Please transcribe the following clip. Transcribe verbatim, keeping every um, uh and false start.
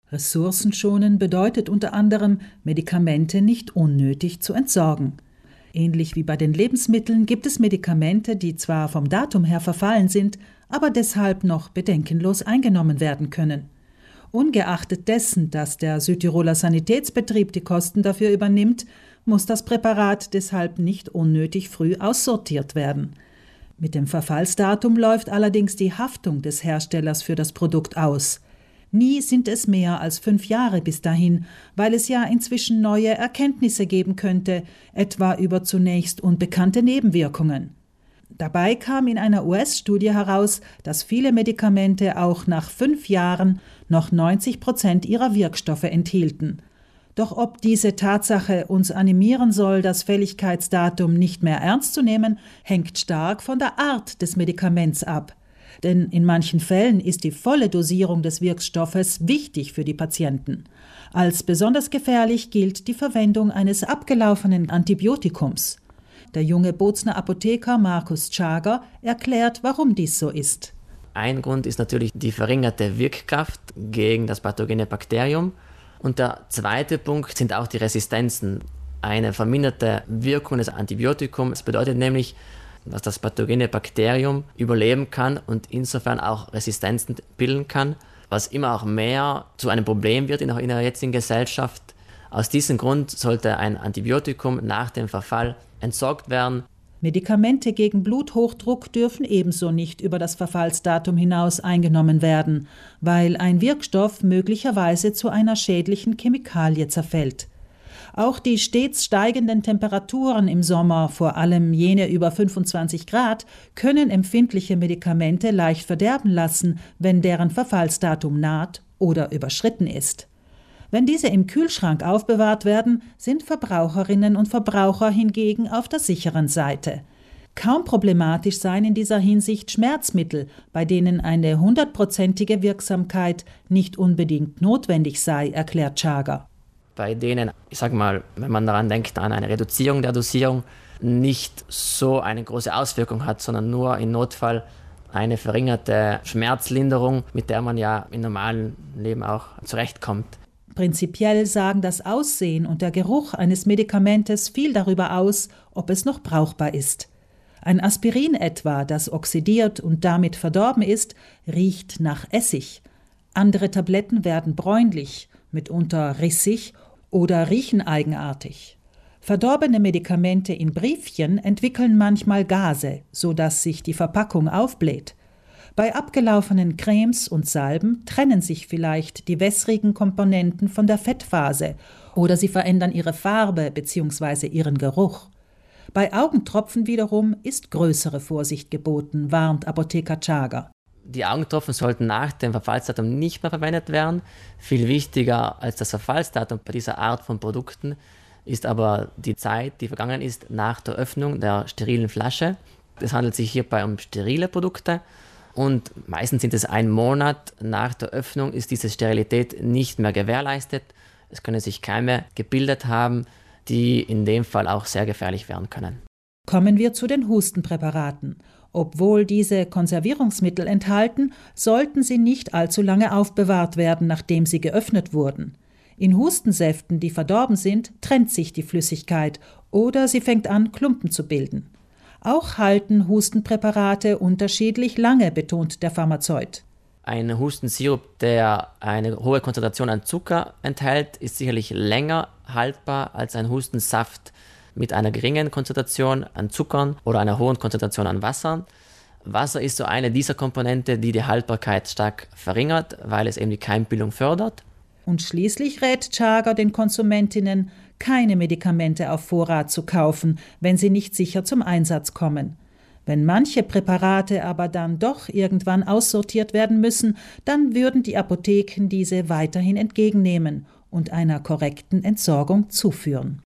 Ressourcenschonen bedeutet unter anderem, Medikamente nicht unnötig zu entsorgen. Ähnlich wie bei den Lebensmitteln gibt es Medikamente, die zwar vom Datum her verfallen sind, aber deshalb noch bedenkenlos eingenommen werden können. Ungeachtet dessen, dass der Südtiroler Sanitätsbetrieb die Kosten dafür übernimmt, muss das Präparat deshalb nicht unnötig früh aussortiert werden. Mit dem Verfallsdatum läuft allerdings die Haftung des Herstellers für das Produkt aus. Nie sind es mehr als fünf Jahre bis dahin, weil es ja inzwischen neue Erkenntnisse geben könnte, etwa über zunächst unbekannte Nebenwirkungen. Dabei kam in einer U S-Studie heraus, dass viele Medikamente auch nach fünf Jahren noch neunzig Prozent ihrer Wirkstoffe enthielten. Doch ob diese Tatsache uns animieren soll, das Fälligkeitsdatum nicht mehr ernst zu nehmen, hängt stark von der Art des Medikaments ab. Denn in manchen Fällen ist die volle Dosierung des Wirkstoffes wichtig für die Patienten. Als besonders gefährlich gilt die Verwendung eines abgelaufenen Antibiotikums. Der junge Bozner Apotheker Markus Tschager erklärt, warum dies so ist. Ein Grund ist natürlich die verringerte Wirkkraft gegen das pathogene Bakterium. Und der zweite Punkt sind auch die Resistenzen. Eine verminderte Wirkung des Antibiotikums bedeutet nämlich, dass das pathogene Bakterium überleben kann und insofern auch Resistenzen bilden kann, was immer auch mehr zu einem Problem wird in der jetzigen Gesellschaft. Aus diesem Grund sollte ein Antibiotikum nach dem Verfall entsorgt werden. Medikamente gegen Bluthochdruck dürfen ebenso nicht über das Verfallsdatum hinaus eingenommen werden, weil ein Wirkstoff möglicherweise zu einer schädlichen Chemikalie zerfällt. Auch die stets steigenden Temperaturen im Sommer, vor allem jene über fünfundzwanzig Grad, können empfindliche Medikamente leicht verderben lassen, wenn deren Verfallsdatum naht oder überschritten ist. Wenn diese im Kühlschrank aufbewahrt werden, sind Verbraucherinnen und Verbraucher hingegen auf der sicheren Seite. Kaum problematisch seien in dieser Hinsicht Schmerzmittel, bei denen eine hundertprozentige Wirksamkeit nicht unbedingt notwendig sei, erklärt Tschager. Bei denen, ich sag mal, wenn man daran denkt, an eine Reduzierung der Dosierung, nicht so eine große Auswirkung hat, sondern nur im Notfall eine verringerte Schmerzlinderung, mit der man ja im normalen Leben auch zurechtkommt. Prinzipiell sagen das Aussehen und der Geruch eines Medikamentes viel darüber aus, ob es noch brauchbar ist. Ein Aspirin etwa, das oxidiert und damit verdorben ist, riecht nach Essig. Andere Tabletten werden bräunlich, mitunter rissig oder riechen eigenartig. Verdorbene Medikamente in Briefchen entwickeln manchmal Gase, sodass sich die Verpackung aufbläht. Bei abgelaufenen Cremes und Salben trennen sich vielleicht die wässrigen Komponenten von der Fettphase oder sie verändern ihre Farbe bzw. ihren Geruch. Bei Augentropfen wiederum ist größere Vorsicht geboten, warnt Apotheker Tschager. Die Augentropfen sollten nach dem Verfallsdatum nicht mehr verwendet werden. Viel wichtiger als das Verfallsdatum bei dieser Art von Produkten ist aber die Zeit, die vergangen ist nach der Öffnung der sterilen Flasche. Es handelt sich hierbei um sterile Produkte und meistens sind es ein Monat nach der Öffnung ist diese Sterilität nicht mehr gewährleistet. Es können sich Keime gebildet haben, die in dem Fall auch sehr gefährlich werden können. Kommen wir zu den Hustenpräparaten. Obwohl diese Konservierungsmittel enthalten, sollten sie nicht allzu lange aufbewahrt werden, nachdem sie geöffnet wurden. In Hustensäften, die verdorben sind, trennt sich die Flüssigkeit oder sie fängt an, Klumpen zu bilden. Auch halten Hustenpräparate unterschiedlich lange, betont der Pharmazeut. Ein Hustensirup, der eine hohe Konzentration an Zucker enthält, ist sicherlich länger haltbar als ein Hustensaft mit einer geringen Konzentration an Zuckern oder einer hohen Konzentration an Wasser. Wasser ist so eine dieser Komponente, die die Haltbarkeit stark verringert, weil es eben die Keimbildung fördert. Und schließlich rät Tschager den Konsumentinnen, keine Medikamente auf Vorrat zu kaufen, wenn sie nicht sicher zum Einsatz kommen. Wenn manche Präparate aber dann doch irgendwann aussortiert werden müssen, dann würden die Apotheken diese weiterhin entgegennehmen und einer korrekten Entsorgung zuführen.